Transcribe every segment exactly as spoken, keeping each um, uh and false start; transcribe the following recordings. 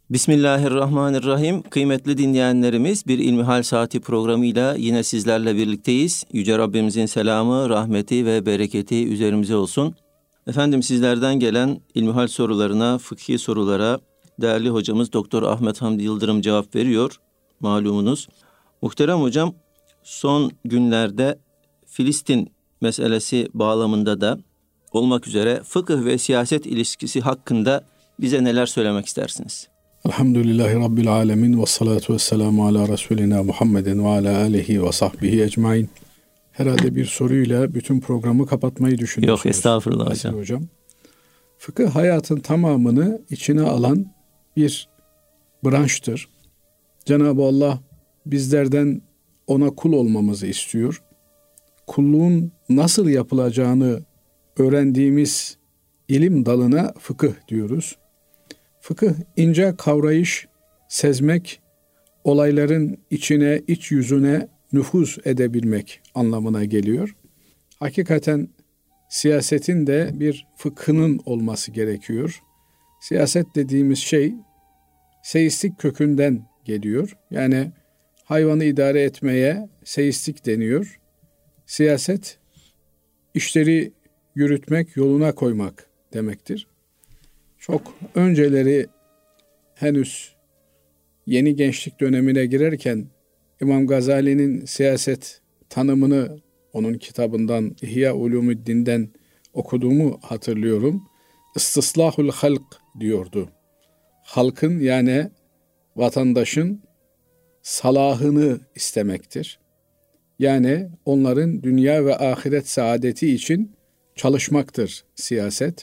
Bismillahirrahmanirrahim. Kıymetli dinleyenlerimiz, bir İlmihal Saati programıyla yine sizlerle birlikteyiz. Yüce Rabbimizin selamı, rahmeti ve bereketi üzerimize olsun. Efendim, sizlerden gelen İlmihal sorularına, fıkhi sorulara değerli hocamız Doktor Ahmet Hamdi Yıldırım cevap veriyor, malumunuz. Muhterem hocam, son günlerde Filistin meselesi bağlamında da olmak üzere fıkıh ve siyaset ilişkisi hakkında bize neler söylemek istersiniz? Elhamdülillahi Rabbil alemin ve salatu ve selamu ala Resulina Muhammedin ve ala alihi ve sahbihi ecmain. Herhalde bir soruyla bütün programı kapatmayı düşünüyorsunuz. Yok, estağfurullah hocam. hocam. Fıkıh hayatın tamamını içine alan bir branştır. Cenab-ı Allah bizlerden ona kul olmamızı istiyor. Kulluğun nasıl yapılacağını öğrendiğimiz ilim dalına fıkıh diyoruz. Fıkıh ince kavrayış, sezmek, olayların içine, iç yüzüne nüfuz edebilmek anlamına geliyor. Hakikaten siyasetin de bir fıkhının olması gerekiyor. Siyaset dediğimiz şey seistik kökünden geliyor. Yani hayvanı idare etmeye seistik deniyor. Siyaset işleri yürütmek, yoluna koymak demektir. Çok önceleri henüz yeni gençlik dönemine girerken İmam Gazali'nin siyaset tanımını onun kitabından İhya Ulumuddin'den okuduğumu hatırlıyorum. İstislahul halk diyordu. Halkın, yani vatandaşın salahını istemektir. Yani onların dünya ve ahiret saadeti için çalışmaktır siyaset.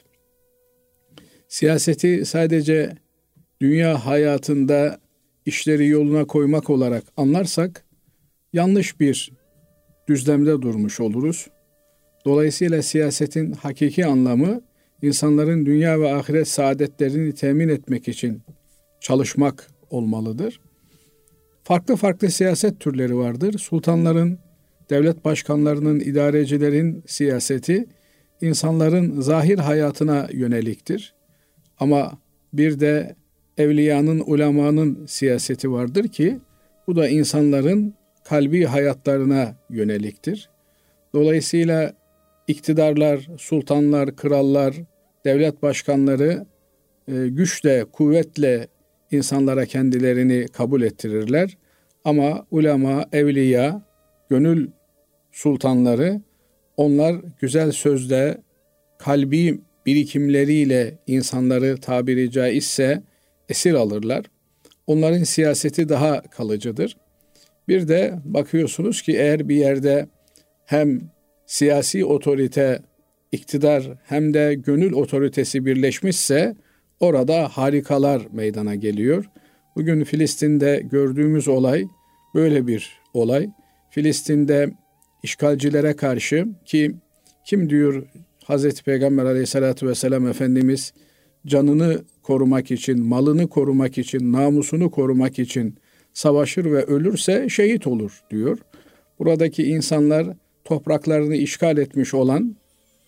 Siyaseti sadece dünya hayatında işleri yoluna koymak olarak anlarsak yanlış bir düzlemde durmuş oluruz. Dolayısıyla siyasetin hakiki anlamı insanların dünya ve ahiret saadetlerini temin etmek için çalışmak olmalıdır. Farklı farklı siyaset türleri vardır. Sultanların, devlet başkanlarının, idarecilerin siyaseti insanların zahir hayatına yöneliktir. Ama bir de evliyanın, ulemanın siyaseti vardır ki bu da insanların kalbi hayatlarına yöneliktir. Dolayısıyla iktidarlar, sultanlar, krallar, devlet başkanları e, güçle, kuvvetle insanlara kendilerini kabul ettirirler. Ama ulema, evliya, gönül sultanları, onlar güzel sözle, kalbi birikimleriyle insanları tabiri caizse esir alırlar. Onların siyaseti daha kalıcıdır. Bir de bakıyorsunuz ki eğer bir yerde hem siyasi otorite, iktidar hem de gönül otoritesi birleşmişse orada harikalar meydana geliyor. Bugün Filistin'de gördüğümüz olay böyle bir olay. Filistin'de işgalcilere karşı, ki kim diyor Hazreti Peygamber Aleyhisselatü Vesselam Efendimiz canını korumak için, malını korumak için, namusunu korumak için savaşır ve ölürse şehit olur diyor. Buradaki insanlar topraklarını işgal etmiş olan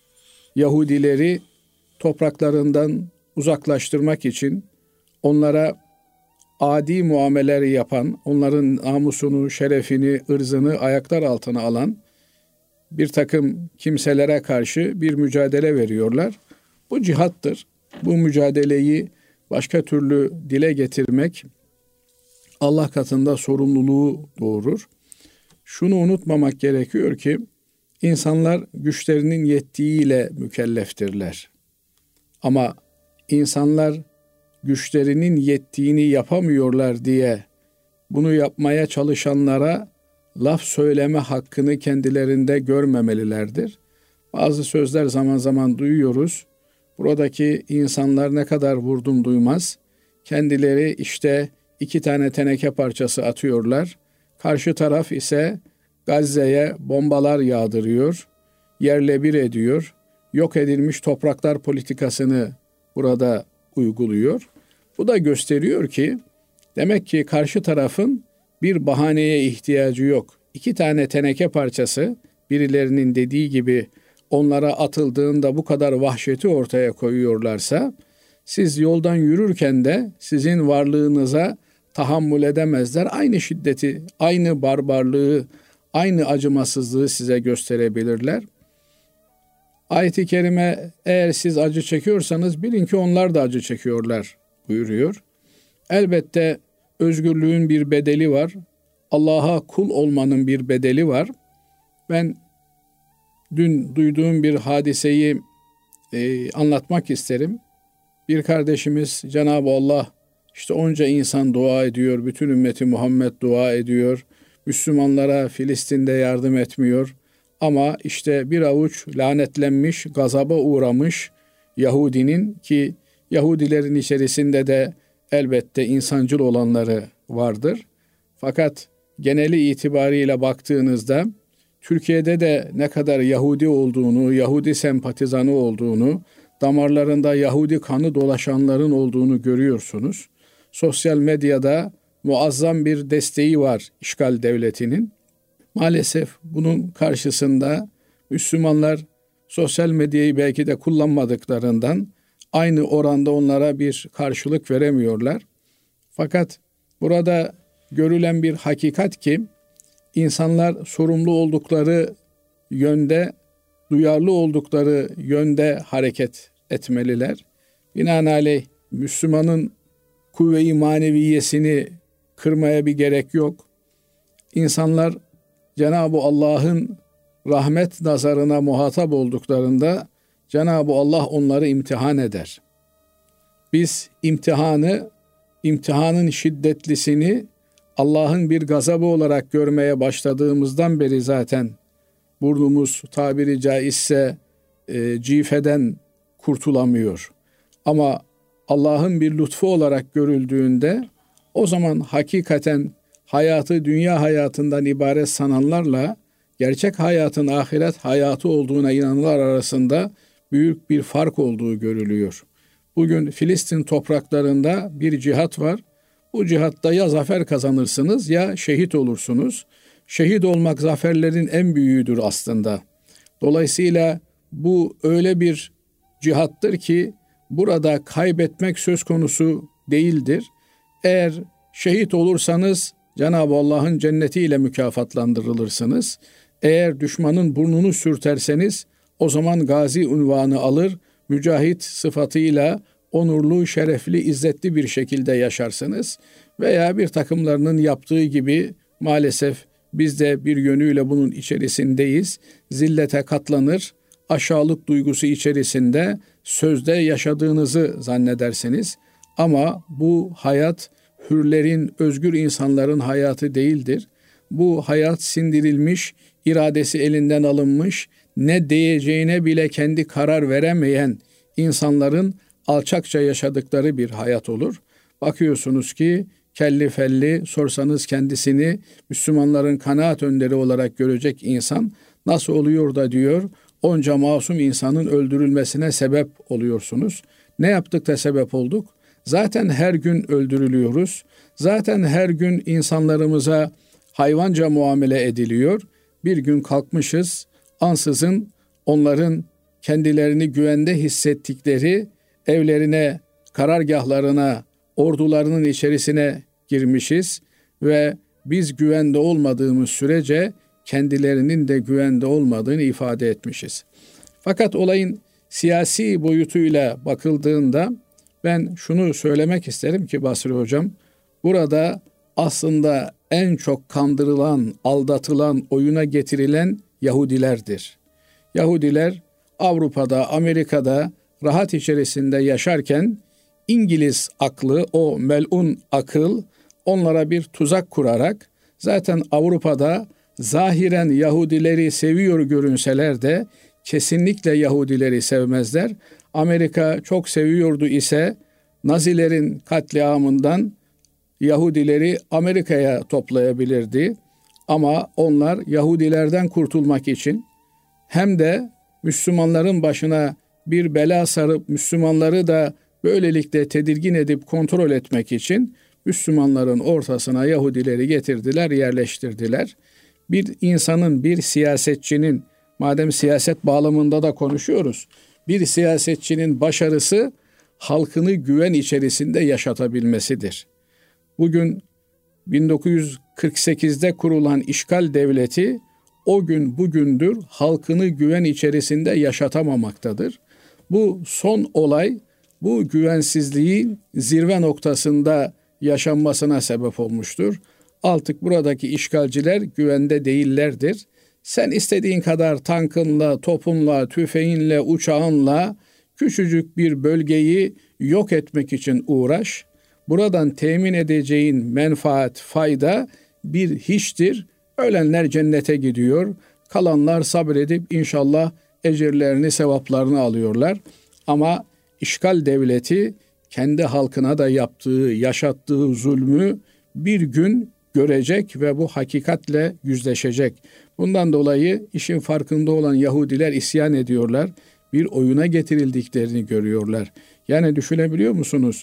Yahudileri topraklarından uzaklaştırmak için onlara adi muameleler yapan, onların namusunu, şerefini, ırzını ayaklar altına alan bir takım kimselere karşı bir mücadele veriyorlar. Bu cihattır. Bu mücadeleyi başka türlü dile getirmek Allah katında sorumluluğu doğurur. Şunu unutmamak gerekiyor ki insanlar güçlerinin yettiğiyle mükelleftirler. Ama insanlar güçlerinin yettiğini yapamıyorlar diye bunu yapmaya çalışanlara laf söyleme hakkını kendilerinde görmemelilerdir. Bazı sözler zaman zaman duyuyoruz. Buradaki insanlar ne kadar vurdum duymaz. Kendileri işte iki tane teneke parçası atıyorlar. Karşı taraf ise Gazze'ye bombalar yağdırıyor, yerle bir ediyor, yok edilmiş topraklar politikasını burada uyguluyor. Bu da gösteriyor ki demek ki karşı tarafın bir bahaneye ihtiyacı yok. İki tane teneke parçası birilerinin dediği gibi onlara atıldığında bu kadar vahşeti ortaya koyuyorlarsa Siz yoldan yürürken de sizin varlığınıza tahammül edemezler. Aynı şiddeti, aynı barbarlığı, aynı acımasızlığı size gösterebilirler. Ayet-i kerime eğer siz acı çekiyorsanız bilin ki onlar da acı çekiyorlar buyuruyor. Elbette özgürlüğün bir bedeli var. Allah'a kul olmanın bir bedeli var. Ben dün duyduğum bir hadiseyi e, anlatmak isterim. Bir kardeşimiz Cenab-ı Allah işte onca insan dua ediyor, bütün ümmeti Muhammed dua ediyor. Müslümanlara Filistin'de yardım etmiyor. Ama işte bir avuç lanetlenmiş, gazaba uğramış Yahudinin ki Yahudilerin içerisinde de elbette insancıl olanları vardır. Fakat geneli itibariyle baktığınızda Türkiye'de de ne kadar Yahudi olduğunu, Yahudi sempatizanı olduğunu, damarlarında Yahudi kanı dolaşanların olduğunu görüyorsunuz. Sosyal medyada muazzam bir desteği var işgal devletinin. Maalesef bunun karşısında Müslümanlar sosyal medyayı belki de kullanmadıklarından aynı oranda onlara bir karşılık veremiyorlar. Fakat burada görülen bir hakikat ki insanlar sorumlu oldukları yönde, duyarlı oldukları yönde hareket etmeliler. Binaenaleyh Müslümanın kuvve-i maneviyesini kırmaya bir gerek yok. İnsanlar Cenab-ı Allah'ın rahmet nazarına muhatap olduklarında Cenab-ı Allah onları imtihan eder. Biz imtihanı, imtihanın şiddetlisini Allah'ın bir gazabı olarak görmeye başladığımızdan beri zaten burnumuz tabiri caizse e, cifeden kurtulamıyor. Ama Allah'ın bir lütfu olarak görüldüğünde o zaman hakikaten hayatı dünya hayatından ibaret sananlarla gerçek hayatın ahiret hayatı olduğuna inananlar arasında büyük bir fark olduğu görülüyor. Bugün Filistin topraklarında bir cihat var. Bu cihatta ya zafer kazanırsınız ya şehit olursunuz. Şehit olmak zaferlerin en büyüğüdür aslında. Dolayısıyla bu öyle bir cihattır ki burada kaybetmek söz konusu değildir. Eğer şehit olursanız Cenab-ı Allah'ın cennetiyle mükafatlandırılırsınız. Eğer düşmanın burnunu sürterseniz o zaman gazi unvanı alır, mücahit sıfatıyla onurlu, şerefli, izzetli bir şekilde yaşarsınız. Veya bir takımlarının yaptığı gibi maalesef biz de bir yönüyle bunun içerisindeyiz. Zillete katlanır, aşağılık duygusu içerisinde sözde yaşadığınızı zannedersiniz. Ama bu hayat hürlerin, özgür insanların hayatı değildir. Bu hayat sindirilmiş, iradesi elinden alınmış, ne diyeceğine bile kendi karar veremeyen insanların alçakça yaşadıkları bir hayat olur. Bakıyorsunuz ki kelli felli sorsanız kendisini Müslümanların kanaat önderi olarak görecek insan nasıl oluyor da diyor onca masum insanın öldürülmesine sebep oluyorsunuz. Ne yaptık da sebep olduk? Zaten her gün öldürülüyoruz. Zaten her gün insanlarımıza hayvanca muamele ediliyor. Bir gün kalkmışız ansızın onların kendilerini güvende hissettikleri evlerine, karargahlarına, ordularının içerisine girmişiz ve biz güvende olmadığımız sürece kendilerinin de güvende olmadığını ifade etmişiz. Fakat olayın siyasi boyutuyla bakıldığında ben şunu söylemek isterim ki Basri Hocam, burada aslında en çok kandırılan, aldatılan, oyuna getirilen Yahudilerdir. Yahudiler Avrupa'da, Amerika'da rahat içerisinde yaşarken İngiliz aklı, o melun akıl onlara bir tuzak kurarak zaten Avrupa'da zahiren Yahudileri seviyor görünseler de kesinlikle Yahudileri sevmezler. Amerika çok seviyordu ise Nazilerin katliamından Yahudileri Amerika'ya toplayabilirdi. Ama onlar Yahudilerden kurtulmak için hem de Müslümanların başına bir bela sarıp Müslümanları da böylelikle tedirgin edip kontrol etmek için Müslümanların ortasına Yahudileri getirdiler, yerleştirdiler. Bir insanın, bir siyasetçinin, madem siyaset bağlamında da konuşuyoruz, bir siyasetçinin başarısı halkını güven içerisinde yaşatabilmesidir. Bugün bin dokuz yüz kırk sekizde kurulan işgal devleti o gün bugündür halkını güven içerisinde yaşatamamaktadır. Bu son olay bu güvensizliğin zirve noktasında yaşanmasına sebep olmuştur. Artık buradaki işgalciler güvende değillerdir. Sen istediğin kadar tankınla, topunla, tüfeğinle, uçağınla küçücük bir bölgeyi yok etmek için uğraş. Buradan temin edeceğin menfaat, fayda bir hiçtir. Ölenler cennete gidiyor. Kalanlar sabredip inşallah ecirlerini, sevaplarını alıyorlar. Ama işgal devleti kendi halkına da yaptığı, yaşattığı zulmü bir gün görecek ve bu hakikatle yüzleşecek. Bundan dolayı işin farkında olan Yahudiler isyan ediyorlar. Bir oyuna getirildiklerini görüyorlar. Yani düşünebiliyor musunuz?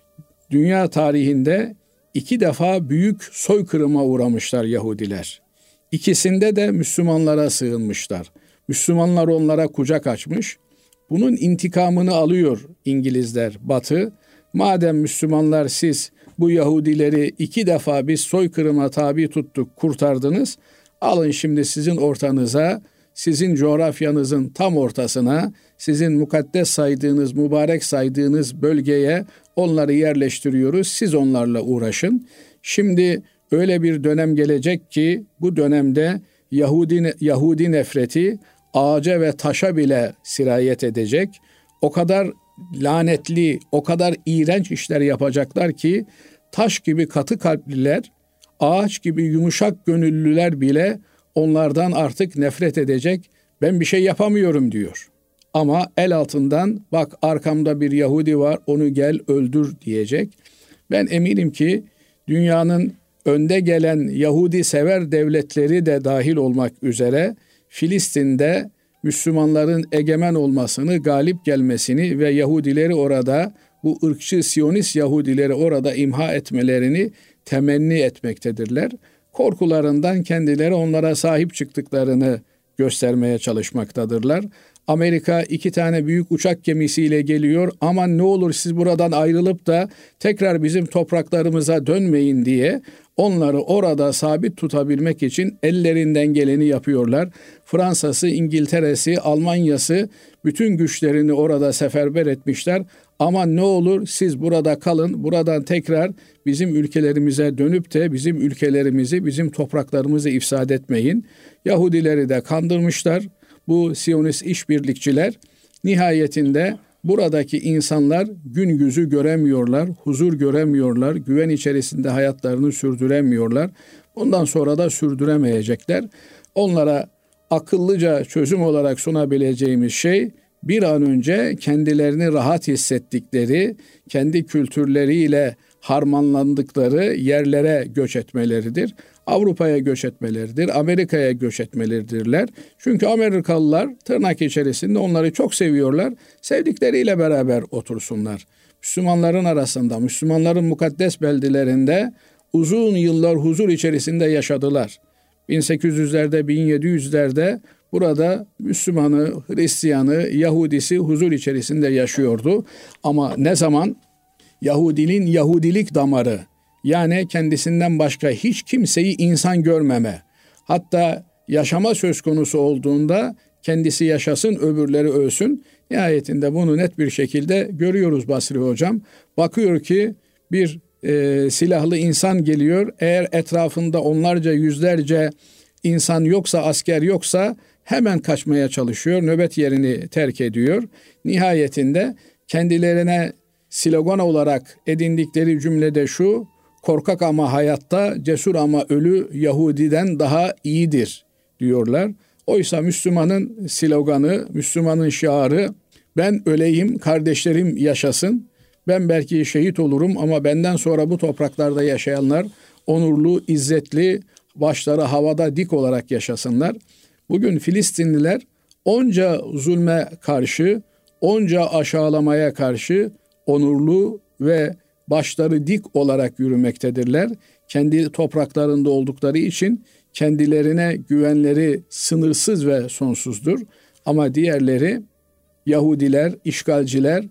Dünya tarihinde iki defa büyük soykırıma uğramışlar Yahudiler. İkisinde de Müslümanlara sığınmışlar. Müslümanlar onlara kucak açmış. Bunun intikamını alıyor İngilizler, Batı. Madem Müslümanlar siz bu Yahudileri iki defa biz soykırıma tabi tuttuk, kurtardınız. Alın şimdi sizin ortanıza, sizin coğrafyanızın tam ortasına, sizin mukaddes saydığınız, mübarek saydığınız bölgeye onları yerleştiriyoruz. Siz onlarla uğraşın. Şimdi öyle bir dönem gelecek ki bu dönemde Yahudi, Yahudi nefreti ağaca ve taşa bile sirayet edecek. O kadar lanetli, o kadar iğrenç işler yapacaklar ki taş gibi katı kalpliler, ağaç gibi yumuşak gönüllüler bile onlardan artık nefret edecek. Ben bir şey yapamıyorum diyor. Ama el altından bak arkamda bir Yahudi var, onu gel öldür diyecek. Ben eminim ki dünyanın önde gelen Yahudi sever devletleri de dahil olmak üzere Filistin'de Müslümanların egemen olmasını, galip gelmesini ve Yahudileri orada, bu ırkçı Siyonist Yahudileri orada imha etmelerini temenni etmektedirler. Korkularından kendileri onlara sahip çıktıklarını göstermeye çalışmaktadırlar. Amerika iki tane büyük uçak gemisiyle geliyor. Aman ne olur siz buradan ayrılıp da tekrar bizim topraklarımıza dönmeyin diye onları orada sabit tutabilmek için ellerinden geleni yapıyorlar. Fransa'sı, İngiltere'si, Almanya'sı bütün güçlerini orada seferber etmişler. Ama ne olur siz burada kalın, buradan tekrar bizim ülkelerimize dönüp de bizim ülkelerimizi, bizim topraklarımızı ifsad etmeyin. Yahudileri de kandırmışlar. Bu Siyonist işbirlikçiler nihayetinde buradaki insanlar gün yüzü göremiyorlar, huzur göremiyorlar, güven içerisinde hayatlarını sürdüremiyorlar. Ondan sonra da sürdüremeyecekler. Onlara akıllıca çözüm olarak sunabileceğimiz şey bir an önce kendilerini rahat hissettikleri, kendi kültürleriyle harmanlandıkları yerlere göç etmeleridir. Avrupa'ya göç etmeleridir, Amerika'ya göç etmeleridirler. Çünkü Amerikalılar tırnak içerisinde onları çok seviyorlar. Sevdikleriyle beraber otursunlar. Müslümanların arasında, Müslümanların mukaddes beldelerinde uzun yıllar huzur içerisinde yaşadılar. bin sekiz yüzlerde, bin yedi yüzlerde burada Müslümanı, Hristiyanı, Yahudisi huzur içerisinde yaşıyordu. Ama ne zaman Yahudinin Yahudilik damarı, yani kendisinden başka hiç kimseyi insan görmeme, hatta yaşama söz konusu olduğunda kendisi yaşasın, öbürleri ölsün. Nihayetinde bunu net bir şekilde görüyoruz Basri Hocam. Bakıyor ki bir e, silahlı insan geliyor. Eğer etrafında onlarca, yüzlerce insan yoksa, asker yoksa hemen kaçmaya çalışıyor. Nöbet yerini terk ediyor. Nihayetinde kendilerine slogan olarak edindikleri cümlede şu: korkak ama hayatta, cesur ama ölü Yahudiden daha iyidir diyorlar. Oysa Müslümanın sloganı, Müslümanın şiarı, ben öleyim, kardeşlerim yaşasın. Ben belki şehit olurum ama benden sonra bu topraklarda yaşayanlar onurlu, izzetli, başları havada dik olarak yaşasınlar. Bugün Filistinliler onca zulme karşı, onca aşağılamaya karşı onurlu ve başları dik olarak yürümektedirler. Kendi topraklarında oldukları için kendilerine güvenleri sınırsız ve sonsuzdur. Ama diğerleri, Yahudiler, işgalciler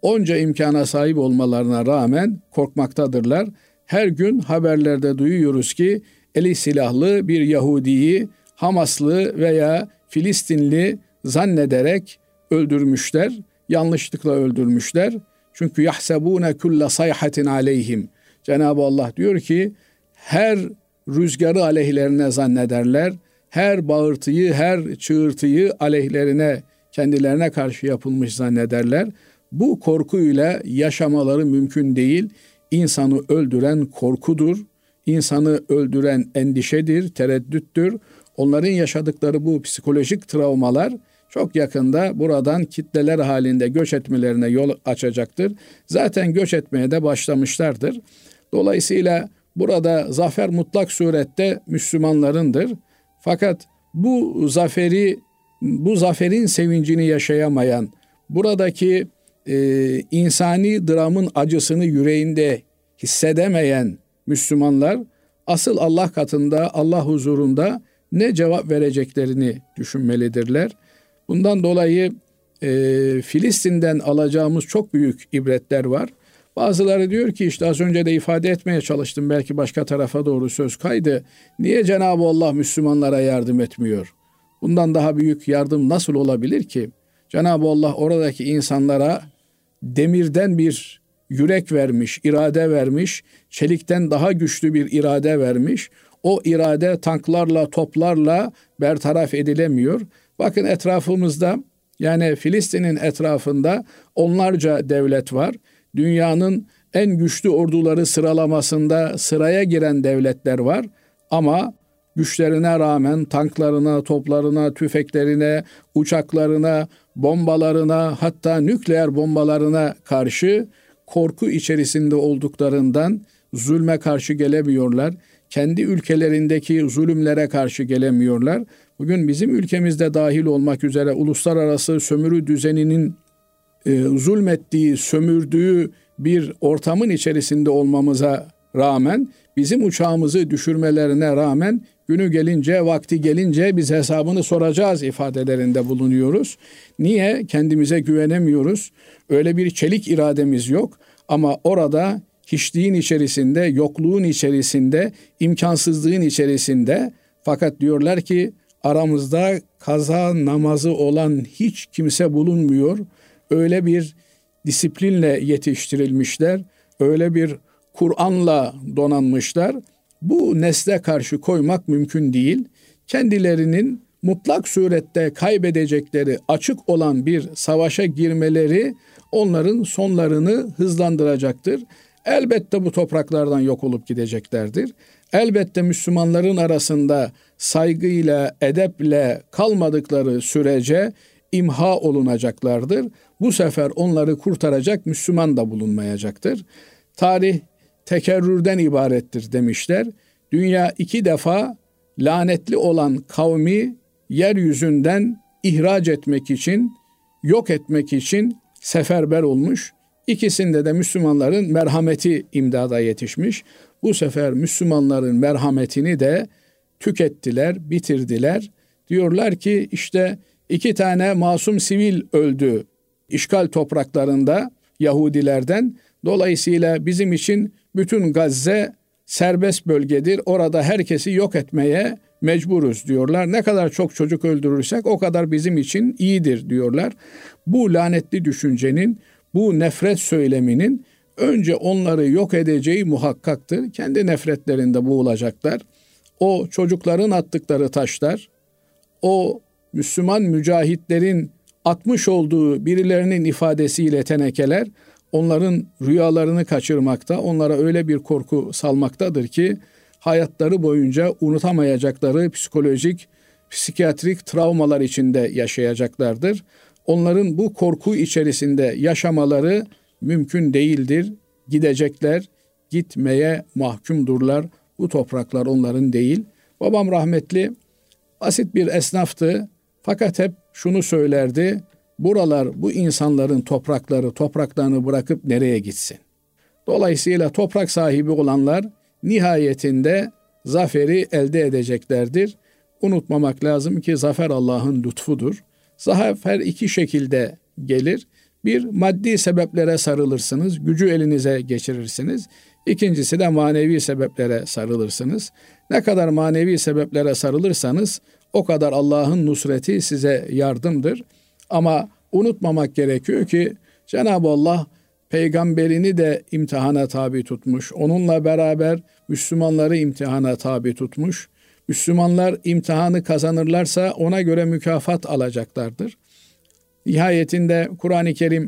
onca imkana sahip olmalarına rağmen korkmaktadırlar. Her gün haberlerde duyuyoruz ki eli silahlı bir Yahudi'yi Hamaslı veya Filistinli zannederek öldürmüşler. Yanlışlıkla öldürmüşler. Çünkü yahsebune kulle sayhatin aleyhim. Cenab-ı Allah diyor ki her rüzgarı aleyhlerine zannederler. Her bağırtıyı, her çığırtıyı aleyhlerine, kendilerine karşı yapılmış zannederler. Bu korkuyla yaşamaları mümkün değil. İnsanı öldüren korkudur. İnsanı öldüren endişedir, tereddüttür. Onların yaşadıkları bu psikolojik travmalar çok yakında buradan kitleler halinde göç etmelerine yol açacaktır. Zaten göç etmeye de başlamışlardır. Dolayısıyla burada zafer mutlak surette Müslümanlarındır. Fakat bu zaferi, bu zaferin sevincini yaşayamayan, buradaki e, insani dramın acısını yüreğinde hissedemeyen Müslümanlar asıl Allah katında, Allah huzurunda ne cevap vereceklerini düşünmelidirler. Bundan dolayı e, Filistin'den alacağımız çok büyük ibretler var. Bazıları diyor ki işte az önce de ifade etmeye çalıştım, belki başka tarafa doğru söz kaydı. Niye Cenab-ı Allah Müslümanlara yardım etmiyor? Bundan daha büyük yardım nasıl olabilir ki? Cenab-ı Allah oradaki insanlara demirden bir yürek vermiş, irade vermiş, çelikten daha güçlü bir irade vermiş. O irade tanklarla, toplarla bertaraf edilemiyor. Bakın etrafımızda, yani Filistin'in etrafında onlarca devlet var. Dünyanın en güçlü orduları sıralamasında sıraya giren devletler var. Ama güçlerine rağmen tanklarına, toplarına, tüfeklerine, uçaklarına, bombalarına, hatta nükleer bombalarına karşı korku içerisinde olduklarından zulme karşı gelemiyorlar. Kendi ülkelerindeki zulümlere karşı gelemiyorlar. Bugün bizim ülkemizde dahil olmak üzere uluslararası sömürü düzeninin e, zulmettiği, sömürdüğü bir ortamın içerisinde olmamıza rağmen, bizim uçağımızı düşürmelerine rağmen günü gelince, vakti gelince biz hesabını soracağız ifadelerinde bulunuyoruz. Niye? Kendimize güvenemiyoruz. Öyle bir çelik irademiz yok. Ama orada hiçliğin içerisinde, yokluğun içerisinde, imkansızlığın içerisinde, fakat diyorlar ki aramızda kaza namazı olan hiç kimse bulunmuyor. Öyle bir disiplinle yetiştirilmişler, öyle bir Kur'an'la donanmışlar. Bu nesle karşı koymak mümkün değil. Kendilerinin mutlak surette kaybedecekleri açık olan bir savaşa girmeleri onların sonlarını hızlandıracaktır. Elbette bu topraklardan yok olup gideceklerdir. Elbette Müslümanların arasında saygıyla, edeple kalmadıkları sürece imha olunacaklardır. Bu sefer onları kurtaracak Müslüman da bulunmayacaktır. Tarih tekerrürden ibarettir demişler. Dünya iki defa lanetli olan kavmi yeryüzünden ihraç etmek için, yok etmek için seferber olmuş. İkisinde de Müslümanların merhameti imdada yetişmiş. Bu sefer Müslümanların merhametini de tükettiler, bitirdiler. Diyorlar ki işte iki tane masum sivil öldü işgal topraklarında Yahudilerden. Dolayısıyla bizim için bütün Gazze serbest bölgedir. Orada herkesi yok etmeye mecburuz diyorlar. Ne kadar çok çocuk öldürürsek o kadar bizim için iyidir diyorlar. Bu lanetli düşüncenin, bu nefret söyleminin önce onları yok edeceği muhakkaktır. Kendi nefretlerinde boğulacaklar. O çocukların attıkları taşlar, o Müslüman mücahitlerin atmış olduğu birilerinin ifadesiyle tenekeler, onların rüyalarını kaçırmakta, onlara öyle bir korku salmaktadır ki hayatları boyunca unutamayacakları psikolojik, psikiyatrik travmalar içinde yaşayacaklardır. Onların bu korku içerisinde yaşamaları mümkün değildir. Gidecekler, gitmeye mahkumdurlar. Bu topraklar onların değil. Babam rahmetli basit bir esnaftı. Fakat hep şunu söylerdi. Buralar bu insanların toprakları, topraklarını bırakıp nereye gitsin? Dolayısıyla toprak sahibi olanlar nihayetinde zaferi elde edeceklerdir. Unutmamak lazım ki zafer Allah'ın lütfudur. Zafer iki şekilde gelir. Bir, maddi sebeplere sarılırsınız, gücü elinize geçirirsiniz. İkincisi de manevi sebeplere sarılırsınız. Ne kadar manevi sebeplere sarılırsanız o kadar Allah'ın nusreti size yardımdır. Ama unutmamak gerekiyor ki Cenab-ı Allah peygamberini de imtihana tabi tutmuş. Onunla beraber Müslümanları imtihana tabi tutmuş. Müslümanlar imtihanı kazanırlarsa ona göre mükafat alacaklardır. Nihayetinde Kur'an-ı Kerim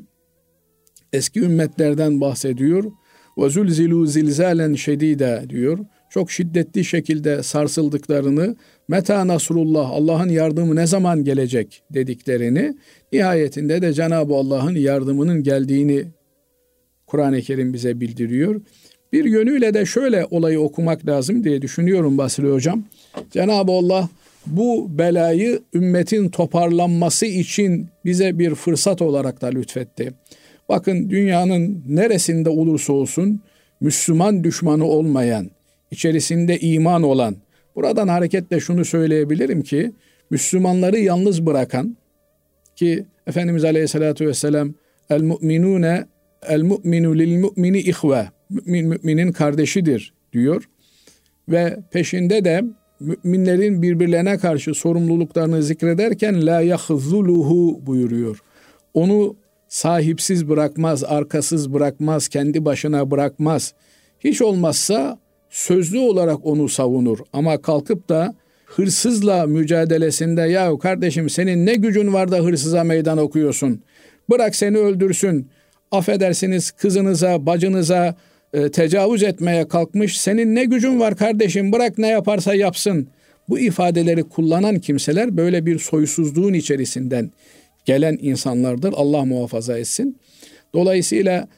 eski ümmetlerden bahsediyor. وَزُلْزِلُوا زِلْزَالًا شَد۪يدًا diyor. Çok şiddetli şekilde sarsıldıklarını, meta nasrullah, Allah'ın yardımı ne zaman gelecek dediklerini, nihayetinde de Cenab-ı Allah'ın yardımının geldiğini Kur'an-ı Kerim bize bildiriyor. Bir yönüyle de şöyle olayı okumak lazım diye düşünüyorum Basri Hocam. Cenab-ı Allah bu belayı ümmetin toparlanması için bize bir fırsat olarak da lütfetti. Bakın dünyanın neresinde olursa olsun Müslüman düşmanı olmayan, içerisinde iman olan, buradan hareketle şunu söyleyebilirim ki Müslümanları yalnız bırakan, ki Efendimiz Aleyhisselatü Vesselam el mu'minune el mu'minu lil mu'mini ihve, mümin müminin kardeşidir diyor ve peşinde de müminlerin birbirlerine karşı sorumluluklarını zikrederken la yahzuluhu buyuruyor. Onu sahipsiz bırakmaz, arkasız bırakmaz, kendi başına bırakmaz. Hiç olmazsa sözlü olarak onu savunur ama kalkıp da hırsızla mücadelesinde ya kardeşim senin ne gücün var da hırsıza meydan okuyorsun? Bırak seni öldürsün. Affedersiniz kızınıza, bacınıza e, tecavüz etmeye kalkmış. Senin ne gücün var kardeşim? Bırak ne yaparsa yapsın. Bu ifadeleri kullanan kimseler böyle bir soysuzluğun içerisinden gelen insanlardır. Allah muhafaza etsin. Dolayısıyla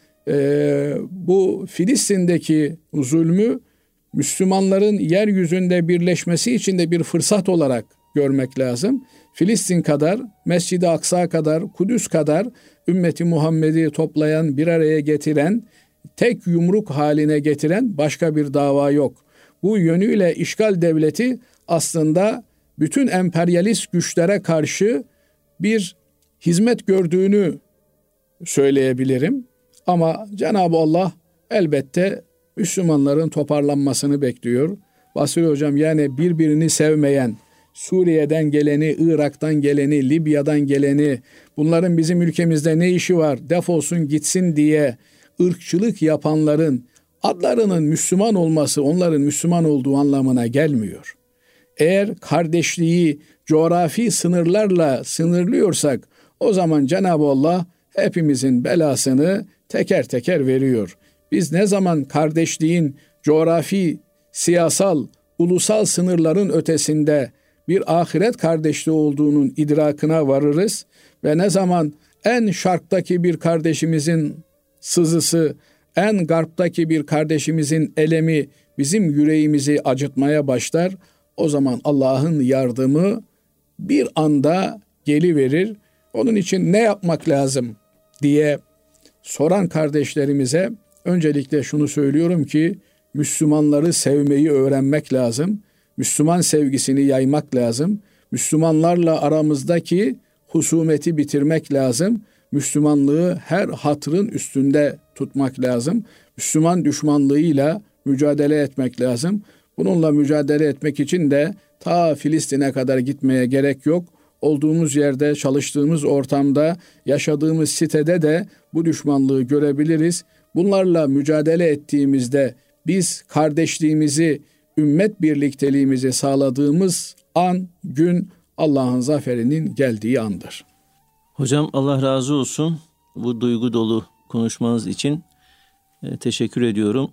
e, bu Filistin'deki zulmü Müslümanların yeryüzünde birleşmesi için de bir fırsat olarak görmek lazım. Filistin kadar, Mescid-i Aksa kadar, Kudüs kadar ümmeti Muhammed'i toplayan, bir araya getiren, tek yumruk haline getiren başka bir dava yok. Bu yönüyle işgal devleti aslında bütün emperyalist güçlere karşı bir hizmet gördüğünü söyleyebilirim. Ama Cenab-ı Allah elbette Müslümanların toparlanmasını bekliyor. Basri Hocam yani birbirini sevmeyen, Suriye'den geleni, Irak'tan geleni, Libya'dan geleni, bunların bizim ülkemizde ne işi var, defolsun gitsin diye ırkçılık yapanların adlarının Müslüman olması onların Müslüman olduğu anlamına gelmiyor. Eğer kardeşliği coğrafi sınırlarla sınırlıyorsak o zaman Cenab-ı Allah hepimizin belasını teker teker veriyor. Biz ne zaman kardeşliğin coğrafi, siyasal, ulusal sınırların ötesinde bir ahiret kardeşliği olduğunun idrakına varırız ve ne zaman en şarktaki bir kardeşimizin sızısı, en garptaki bir kardeşimizin elemi bizim yüreğimizi acıtmaya başlar, o zaman Allah'ın yardımı bir anda geliverir. Onun için ne yapmak lazım diye soran kardeşlerimize öncelikle şunu söylüyorum ki Müslümanları sevmeyi öğrenmek lazım. Müslüman sevgisini yaymak lazım. Müslümanlarla aramızdaki husumeti bitirmek lazım. Müslümanlığı her hatırın üstünde tutmak lazım. Müslüman düşmanlığıyla mücadele etmek lazım. Bununla mücadele etmek için de ta Filistin'e kadar gitmeye gerek yok. Olduğumuz yerde, çalıştığımız ortamda, yaşadığımız sitede de bu düşmanlığı görebiliriz. Bunlarla mücadele ettiğimizde biz kardeşliğimizi, ümmet birlikteliğimizi sağladığımız an, gün Allah'ın zaferinin geldiği andır. Hocam Allah razı olsun bu duygu dolu konuşmanız için e, teşekkür ediyorum.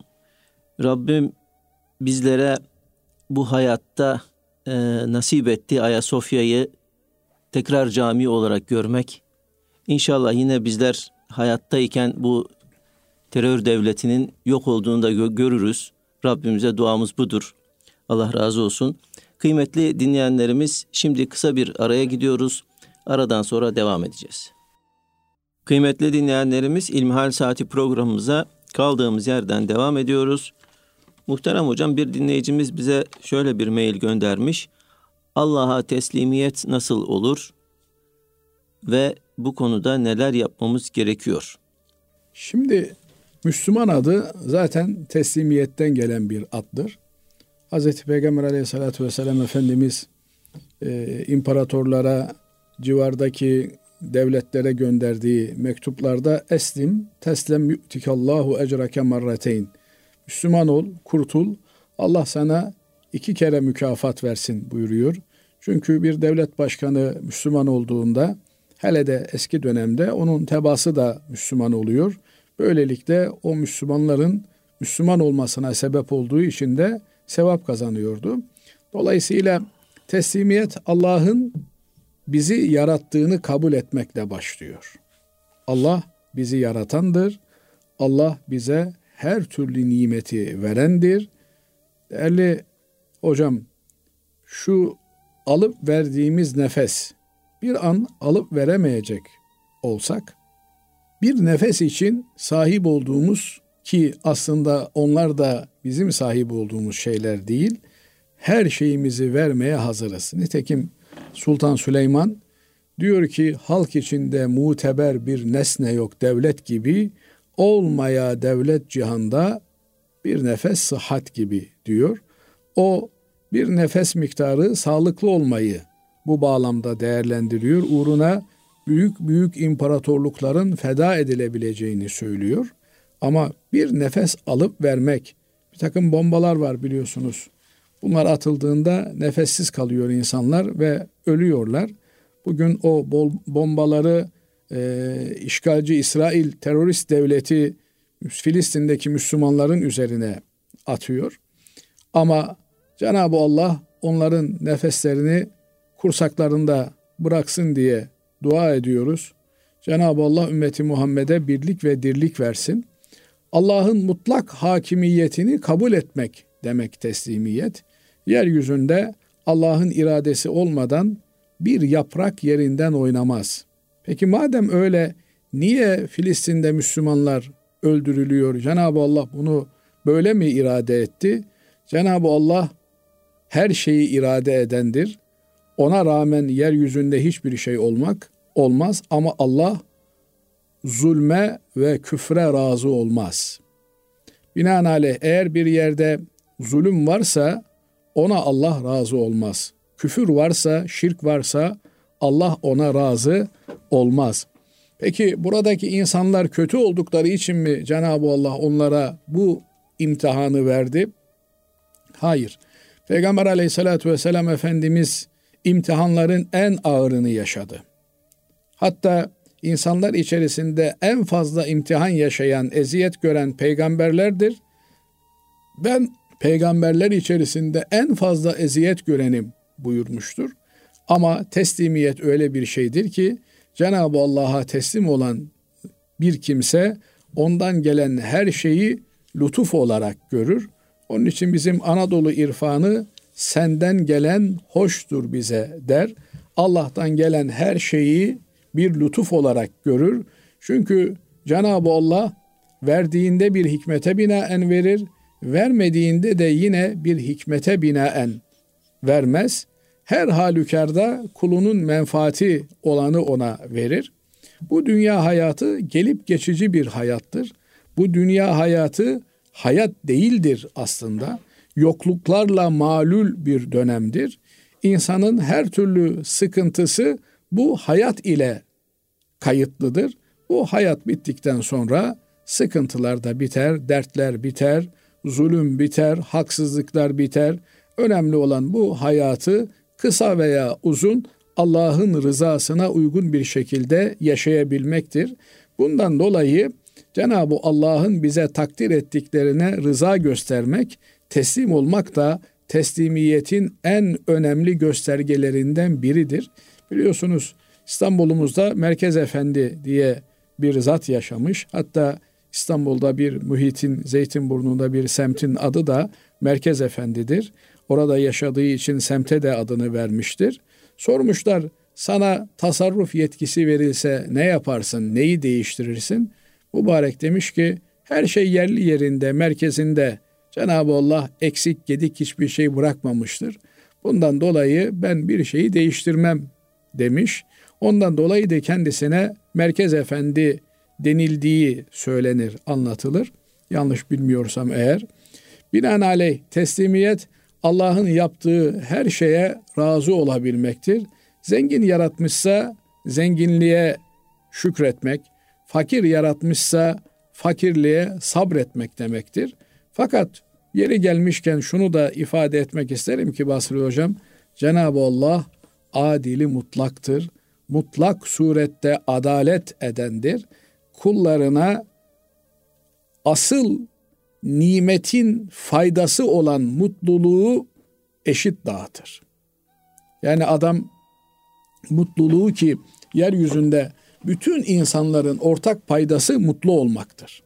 Rabbim bizlere bu hayatta e, nasip etti Ayasofya'yı tekrar cami olarak görmek. İnşallah yine bizler hayattayken bu terör devletinin yok olduğunu da gö- görürüz. Rabbimize duamız budur. Allah razı olsun. Kıymetli dinleyenlerimiz, şimdi kısa bir araya gidiyoruz. Aradan sonra devam edeceğiz. Kıymetli dinleyenlerimiz, İlmihal Saati programımıza kaldığımız yerden devam ediyoruz. Muhterem hocam, bir dinleyicimiz bize şöyle bir mail göndermiş. Allah'a teslimiyet nasıl olur ve bu konuda neler yapmamız gerekiyor? Şimdi Müslüman adı zaten teslimiyetten gelen bir addır. Hazreti Peygamber Aleyhisselatü Vesselam Efendimiz e, imparatorlara, civardaki devletlere gönderdiği mektuplarda eslim, teslem yu'tikallahu ecrake marrateyn. Müslüman ol, kurtul, Allah sana iki kere mükafat versin buyuruyor. Çünkü bir devlet başkanı Müslüman olduğunda, hele de eski dönemde onun tebaası da Müslüman oluyor. Böylelikle o Müslümanların Müslüman olmasına sebep olduğu için de sevap kazanıyordu. Dolayısıyla teslimiyet Allah'ın bizi yarattığını kabul etmekle başlıyor. Allah bizi yaratandır. Allah bize her türlü nimeti verendir. Değerli hocam, şu alıp verdiğimiz nefes, bir an alıp veremeyecek olsak, bir nefes için sahip olduğumuz, ki aslında onlar da bizim sahip olduğumuz şeyler değil, her şeyimizi vermeye hazırız. Nitekim Sultan Süleyman diyor ki, halk içinde muteber bir nesne yok devlet gibi, olmaya devlet cihanda bir nefes sıhhat gibi diyor. O bir nefes miktarı sağlıklı olmayı bu bağlamda değerlendiriyor. Uğruna büyük büyük imparatorlukların feda edilebileceğini söylüyor. Ama bir nefes alıp vermek, bir takım bombalar var biliyorsunuz. Bunlar atıldığında nefessiz kalıyor insanlar ve ölüyorlar. Bugün o bombaları e, işgalci İsrail terörist devleti Filistin'deki Müslümanların üzerine atıyor. Ama Cenab-ı Allah onların nefeslerini kursaklarında bıraksın diye dua ediyoruz. Cenab-ı Allah ümmeti Muhammed'e birlik ve dirlik versin. Allah'ın mutlak hakimiyetini kabul etmek demek teslimiyet. Yeryüzünde Allah'ın iradesi olmadan bir yaprak yerinden oynamaz. Peki madem öyle, niye Filistin'de Müslümanlar öldürülüyor? Cenab-ı Allah bunu böyle mi irade etti? Cenab-ı Allah her şeyi irade edendir. Ona rağmen yeryüzünde hiçbir şey olmak olmaz ama Allah zulme ve küfre razı olmaz. Binaenaleyh eğer bir yerde zulüm varsa ona Allah razı olmaz. Küfür varsa, şirk varsa Allah ona razı olmaz. Peki buradaki insanlar kötü oldukları için mi Cenab-ı Allah onlara bu imtihanı verdi? Hayır. Peygamber Aleyhisselatü Vesselam Efendimiz imtihanların en ağırını yaşadı. Hatta insanlar içerisinde en fazla imtihan yaşayan, eziyet gören peygamberlerdir. Ben peygamberler içerisinde en fazla eziyet görenim buyurmuştur. Ama teslimiyet öyle bir şeydir ki Cenab-ı Allah'a teslim olan bir kimse ondan gelen her şeyi lütuf olarak görür. Onun için bizim Anadolu irfanı senden gelen hoştur bize der. Allah'tan gelen her şeyi bir lütuf olarak görür. Çünkü Cenab-ı Allah verdiğinde bir hikmete binaen verir, vermediğinde de yine bir hikmete binaen vermez. Her halükarda kulunun menfaati olanı ona verir. Bu dünya hayatı gelip geçici bir hayattır. Bu dünya hayatı hayat değildir aslında. Yokluklarla malul bir dönemdir. İnsanın her türlü sıkıntısı bu hayat ile kayıtlıdır. Bu hayat bittikten sonra sıkıntılar da biter, dertler biter, zulüm biter, haksızlıklar biter. Önemli olan bu hayatı kısa veya uzun Allah'ın rızasına uygun bir şekilde yaşayabilmektir. Bundan dolayı Cenab-ı Allah'ın bize takdir ettiklerine rıza göstermek, teslim olmak da teslimiyetin en önemli göstergelerinden biridir. Biliyorsunuz İstanbul'umuzda Merkez Efendi diye bir zat yaşamış. Hatta İstanbul'da bir muhitin, Zeytinburnu'nda bir semtin adı da Merkez Efendi'dir. Orada yaşadığı için semte de adını vermiştir. Sormuşlar, sana tasarruf yetkisi verilse ne yaparsın, neyi değiştirirsin? Mübarek demiş ki, her şey yerli yerinde, merkezinde. Cenab-ı Allah eksik gedik hiçbir şey bırakmamıştır. Bundan dolayı ben bir şeyi değiştirmem demiş. Ondan dolayı da kendisine Merkez Efendi denildiği söylenir, anlatılır. Yanlış bilmiyorsam eğer. Binaenaleyh teslimiyet Allah'ın yaptığı her şeye razı olabilmektir. Zengin yaratmışsa zenginliğe şükretmek, fakir yaratmışsa fakirliğe sabretmek demektir. Fakat yeri gelmişken şunu da ifade etmek isterim ki Basri Hocam, Cenab-ı Allah adili mutlaktır. Mutlak surette adalet edendir. Kullarına asıl nimetin faydası olan mutluluğu eşit dağıtır. Yani adam mutluluğu ki yeryüzünde bütün insanların ortak paydası mutlu olmaktır.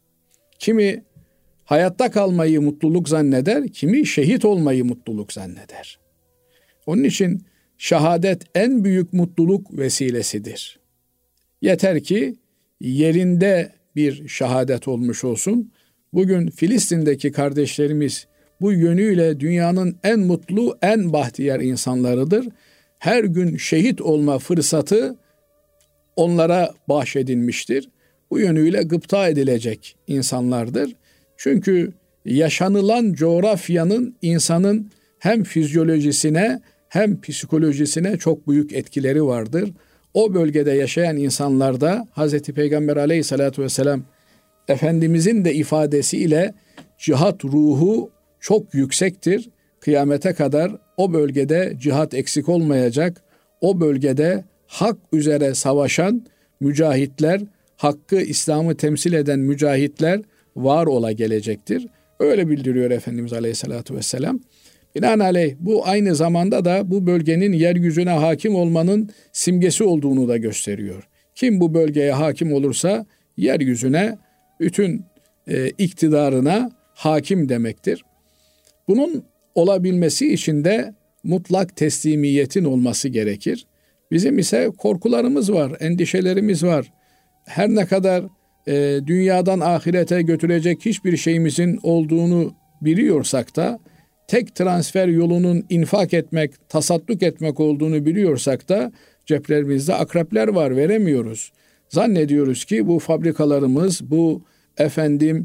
Kimi hayatta kalmayı mutluluk zanneder, kimi şehit olmayı mutluluk zanneder. Onun için şehadet en büyük mutluluk vesilesidir. Yeter ki yerinde bir şehadet olmuş olsun. Bugün Filistin'deki kardeşlerimiz bu yönüyle dünyanın en mutlu, en bahtiyar insanlarıdır. Her gün şehit olma fırsatı onlara bahşedilmiştir. Bu yönüyle gıpta edilecek insanlardır. Çünkü yaşanılan coğrafyanın insanın hem fizyolojisine hem psikolojisine çok büyük etkileri vardır. O bölgede yaşayan insanlarda Hazreti Peygamber Aleyhisselatü Vesselam Efendimizin de ifadesiyle cihat ruhu çok yüksektir. Kıyamete kadar o bölgede cihat eksik olmayacak. O bölgede hak üzere savaşan mücahitler, hakkı, İslam'ı temsil eden mücahitler var ola gelecektir. Öyle bildiriyor Efendimiz Aleyhisselatü Vesselam. Binaenaleyh bu aynı zamanda da bu bölgenin yeryüzüne hakim olmanın simgesi olduğunu da gösteriyor. Kim bu bölgeye hakim olursa yeryüzüne bütün e, iktidarına hakim demektir. Bunun olabilmesi için de mutlak teslimiyetin olması gerekir. Bizim ise korkularımız var, endişelerimiz var. Her ne kadar e, dünyadan ahirete götürecek hiçbir şeyimizin olduğunu biliyorsak da, tek transfer yolunun infak etmek, tasadduk etmek olduğunu biliyorsak da ceplerimizde akrepler var, veremiyoruz. Zannediyoruz ki bu fabrikalarımız, bu efendim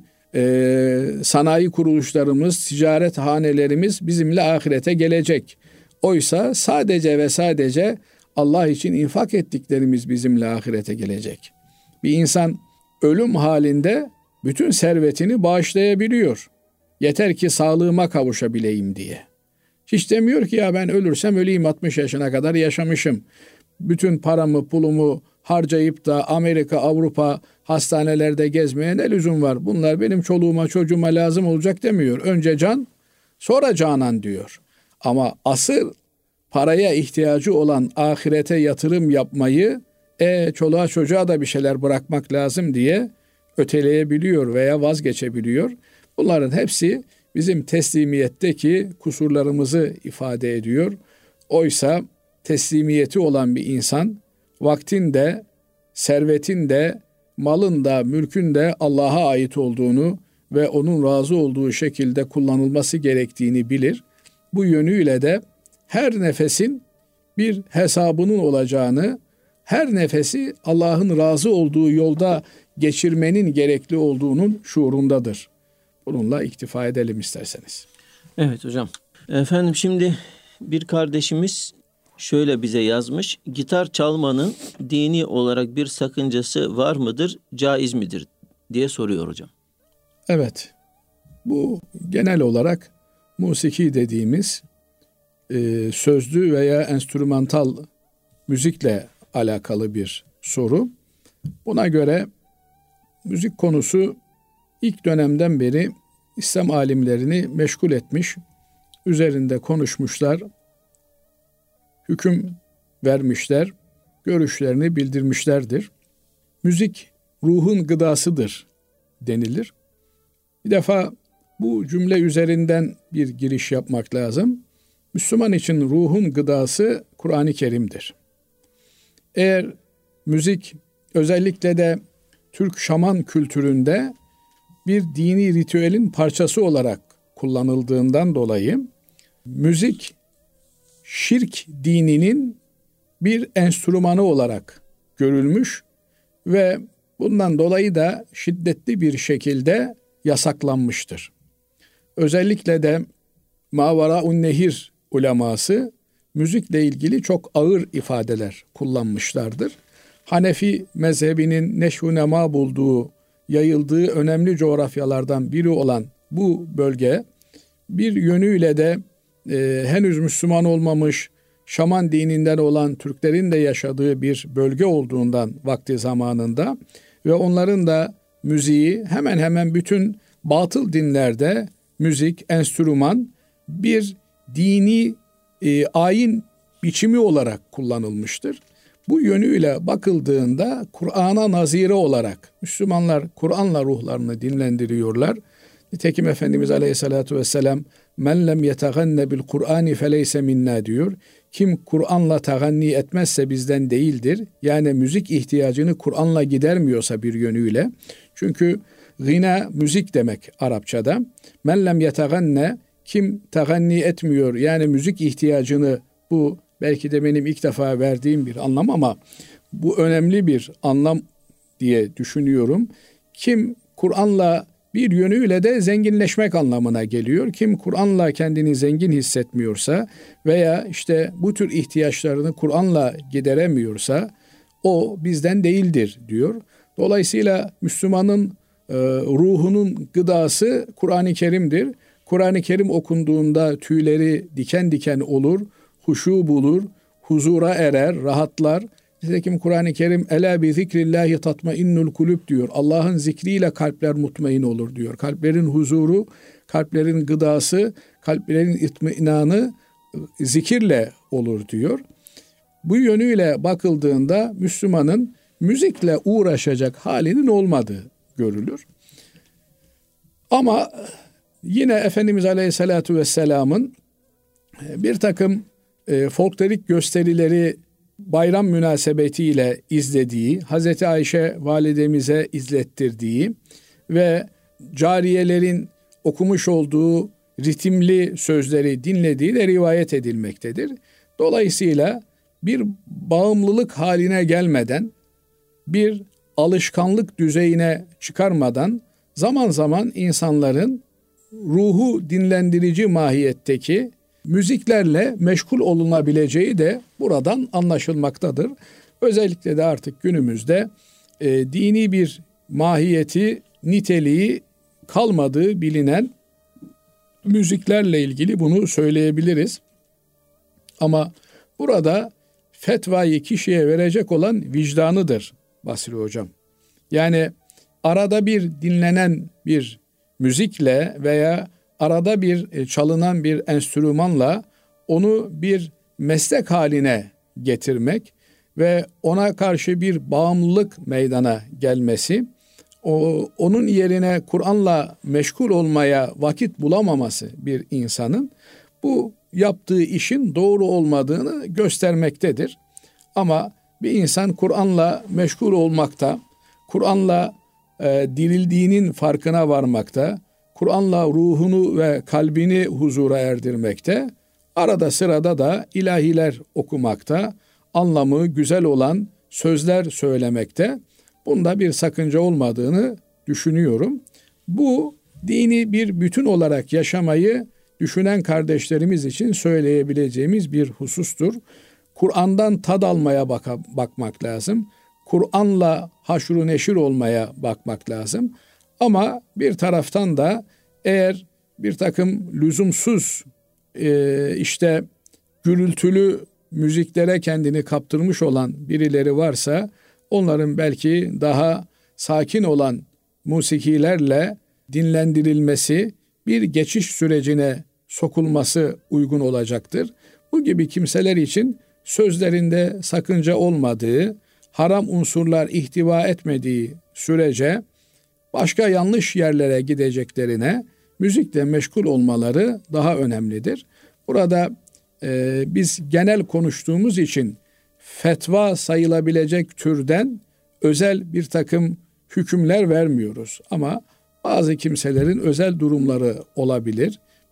e, sanayi kuruluşlarımız, ticaret hanelerimiz bizimle ahirete gelecek. Oysa sadece ve sadece Allah için infak ettiklerimiz bizimle ahirete gelecek. Bir insan ölüm halinde bütün servetini bağışlayabiliyor. Yeter ki sağlığıma kavuşabileyim diye. Hiç demiyor ki ya ben ölürsem öleyim, altmış yaşına kadar yaşamışım. Bütün paramı, pulumu harcayıp da Amerika, Avrupa hastanelerde gezmeye ne lüzum var? Bunlar benim çoluğuma, çocuğuma lazım olacak demiyor. Önce can, sonra canan diyor. Ama asıl paraya ihtiyacı olan ahirete yatırım yapmayı, e çoluğa çocuğa da bir şeyler bırakmak lazım diye öteleyebiliyor veya vazgeçebiliyor. Bunların hepsi bizim teslimiyetteki kusurlarımızı ifade ediyor. Oysa teslimiyeti olan bir insan vaktin de, servetin de, malın da, mülkün de Allah'a ait olduğunu ve onun razı olduğu şekilde kullanılması gerektiğini bilir. Bu yönüyle de her nefesin bir hesabının olacağını, her nefesi Allah'ın razı olduğu yolda geçirmenin gerekli olduğunun şuurundadır. Bununla iktifa edelim isterseniz. Evet hocam. Efendim şimdi bir kardeşimiz şöyle bize yazmış. Gitar çalmanın dini olarak bir sakıncası var mıdır, caiz midir diye soruyor hocam. Evet. Bu genel olarak musiki dediğimiz e, sözlü veya enstrümantal müzikle alakalı bir soru. Buna göre müzik konusu ilk dönemden beri İslam alimlerini meşgul etmiş, üzerinde konuşmuşlar, hüküm vermişler, görüşlerini bildirmişlerdir. Müzik ruhun gıdasıdır denilir. Bir defa bu cümle üzerinden bir giriş yapmak lazım. Müslüman için ruhun gıdası Kur'an-ı Kerim'dir. Eğer müzik özellikle de Türk şaman kültüründe bir dini ritüelin parçası olarak kullanıldığından dolayı müzik şirk dininin bir enstrümanı olarak görülmüş ve bundan dolayı da şiddetli bir şekilde yasaklanmıştır. Özellikle de Mavaraun Nehir uleması müzikle ilgili çok ağır ifadeler kullanmışlardır. Hanefi mezhebinin neşv-ü nema bulduğu, yayıldığı önemli coğrafyalardan biri olan bu bölge bir yönüyle de e, henüz Müslüman olmamış, Şaman dininden olan Türklerin de yaşadığı bir bölge olduğundan vakti zamanında ve onların da müziği hemen hemen bütün batıl dinlerde müzik, enstrüman bir dini e, ayin biçimi olarak kullanılmıştır. Bu yönüyle bakıldığında Kur'an'a nazire olarak Müslümanlar Kur'an'la ruhlarını dinlendiriyorlar. Nitekim Efendimiz Aleyhisselatü Vesselam men lem yetagenne bil Kur'ani feleyse minna diyor. Kim Kur'an'la taganni etmezse bizden değildir. Yani müzik ihtiyacını Kur'an'la gidermiyorsa bir yönüyle. Çünkü gina müzik demek Arapçada. Men lem yetagenne kim taganni etmiyor yani müzik ihtiyacını, bu belki de benim ilk defa verdiğim bir anlam ama bu önemli bir anlam diye düşünüyorum. Kim Kur'an'la bir yönüyle de zenginleşmek anlamına geliyor. Kim Kur'an'la kendini zengin hissetmiyorsa veya işte bu tür ihtiyaçlarını Kur'an'la gideremiyorsa o bizden değildir diyor. Dolayısıyla Müslümanın e, ruhunun gıdası Kur'an-ı Kerim'dir. Kur'an-ı Kerim okunduğunda tüyleri diken diken olur, huşu bulur, huzura erer, rahatlar. Nitekim Kur'an-ı Kerim Ela bi zikrillahi tatmainnul kulüp diyor. Allah'ın zikriyle kalpler mutmain olur diyor. Kalplerin huzuru, kalplerin gıdası, kalplerin itminanı zikirle olur diyor. Bu yönüyle bakıldığında Müslümanın müzikle uğraşacak halinin olmadığı görülür. Ama yine Efendimiz Aleyhisselatü Vesselam'ın bir takım e, folklorik gösterileri bayram münasebetiyle izlediği, Hazreti Ayşe validemize izlettirdiği ve cariyelerin okumuş olduğu ritimli sözleri dinlediği de rivayet edilmektedir. Dolayısıyla bir bağımlılık haline gelmeden, bir alışkanlık düzeyine çıkarmadan zaman zaman insanların ruhu dinlendirici mahiyetteki müziklerle meşgul olunabileceği de buradan anlaşılmaktadır. Özellikle de artık günümüzde e, dini bir mahiyeti, niteliği kalmadığı bilinen müziklerle ilgili bunu söyleyebiliriz. Ama burada fetvayı kişiye verecek olan vicdanıdır Basri Hocam. Yani arada bir dinlenen bir müzikle veya arada bir çalınan bir enstrümanla onu bir meslek haline getirmek ve ona karşı bir bağımlılık meydana gelmesi, o, onun yerine Kur'an'la meşgul olmaya vakit bulamaması bir insanın bu yaptığı işin doğru olmadığını göstermektedir. Ama bir insan Kur'an'la meşgul olmakta, Kur'an'la e, dirildiğinin farkına varmakta, Kur'an'la ruhunu ve kalbini huzura erdirmekte, arada sırada da ilahiler okumakta, anlamı güzel olan sözler söylemekte, bunda bir sakınca olmadığını düşünüyorum. Bu dini bir bütün olarak yaşamayı düşünen kardeşlerimiz için söyleyebileceğimiz bir husustur. Kur'an'dan tad almaya baka, bakmak lazım. Kur'an'la haşru neşir olmaya bakmak lazım. Ama bir taraftan da eğer bir takım lüzumsuz e, işte gürültülü müziklere kendini kaptırmış olan birileri varsa onların belki daha sakin olan musikilerle dinlendirilmesi, bir geçiş sürecine sokulması uygun olacaktır. Bu gibi kimseler için sözlerinde sakınca olmadığı, haram unsurlar ihtiva etmediği sürece başka yanlış yerlere gideceklerine müzikle meşgul olmaları daha önemlidir. Burada e, biz genel konuştuğumuz için fetva sayılabilecek türden özel bir takım hükümler vermiyoruz. Ama bazı kimselerin özel durumları olabilir.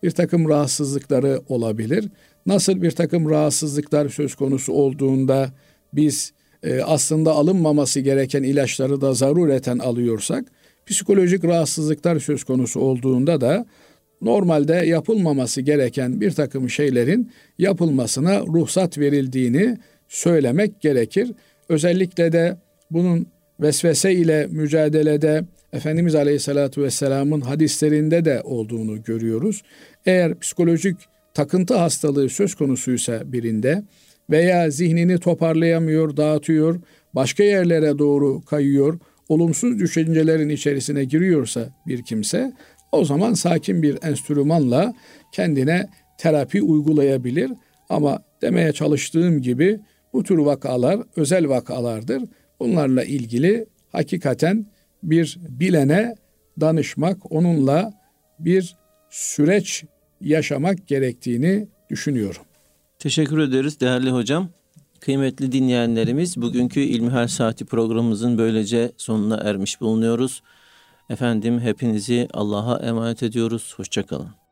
bir takım rahatsızlıkları olabilir. Nasıl bir takım rahatsızlıklar söz konusu olduğunda biz e, aslında alınmaması gereken ilaçları da zarureten alıyorsak, psikolojik rahatsızlıklar söz konusu olduğunda da normalde yapılmaması gereken bir takım şeylerin yapılmasına ruhsat verildiğini söylemek gerekir. Özellikle de bunun vesvese ile mücadelede Efendimiz Aleyhisselatü Vesselam'ın hadislerinde de olduğunu görüyoruz. Eğer psikolojik takıntı hastalığı söz konusuysa birinde veya zihnini toparlayamıyor, dağıtıyor, başka yerlere doğru kayıyor, olumsuz düşüncelerin içerisine giriyorsa bir kimse, o zaman sakin bir enstrümanla kendine terapi uygulayabilir. Ama demeye çalıştığım gibi bu tür vakalar özel vakalardır. Bunlarla ilgili hakikaten bir bilene danışmak, onunla bir süreç yaşamak gerektiğini düşünüyorum. Teşekkür ederiz değerli hocam. Kıymetli dinleyenlerimiz, bugünkü İlmihal Saati programımızın böylece sonuna ermiş bulunuyoruz. Efendim hepinizi Allah'a emanet ediyoruz. Hoşça kalın.